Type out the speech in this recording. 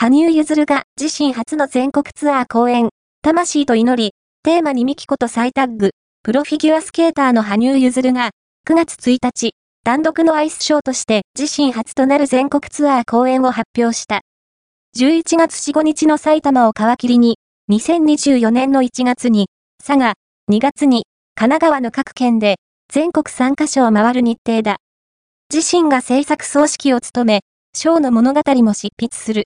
羽生結弦が自身初の全国ツアー公演、魂と祈り、テーマにミキコと再タッグ、プロフィギュアスケーターの羽生結弦が、9月1日、単独のアイスショーとして自身初となる全国ツアー公演を発表した。11月4、5日の埼玉を皮切りに、2024年の1月に、佐賀、2月に、神奈川の各県で、全国3カ所を回る日程だ。自身が制作総指揮を務め、ショーの物語も執筆する。